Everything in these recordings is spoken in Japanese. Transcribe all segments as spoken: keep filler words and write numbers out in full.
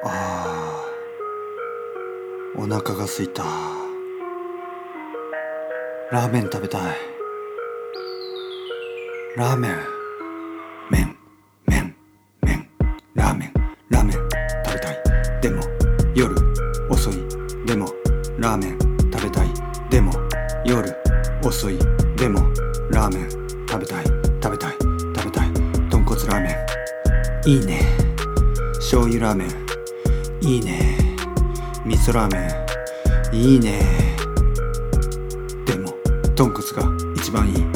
あー、お腹が空いた。ラーメン食べたい。ラーメン麺麺麺ラーメンラーメン食べたい。でも夜遅い。でもラーメン食べたい。でも夜遅い。でもラーメン食べたい食べたい食べたい。豚骨ラーメンいいね。醤油ラーメンいいね。味噌ラーメンいいね。でも豚骨が一番いい。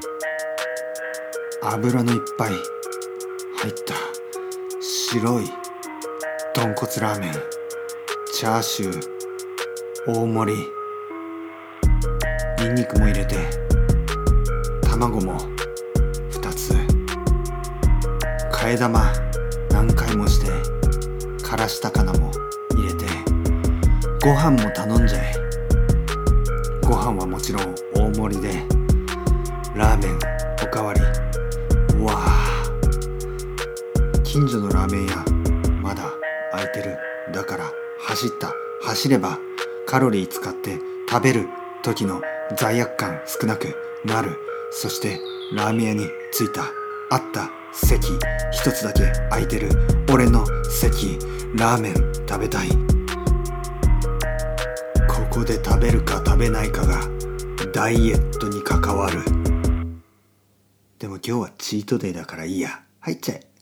油のいっぱい入った白い豚骨ラーメン。チャーシュー大盛り。ニンニクも入れて、卵もふたつ、替え玉何回もして、からし高菜も入れて、ご飯も頼んじゃえ。ご飯はもちろん大盛りで、ラーメンおかわり。うわあ、近所のラーメン屋まだ開いてる。だから走った。走ればカロリー使って食べる時の罪悪感少なくなる。そしてラーメン屋に着いた。あった席一つだけ空いてる。俺の席。ラーメン食べたい。ここで食べるか食べないかがダイエットに関わる。でも今日はチートデイだからいいや。入っちゃえ。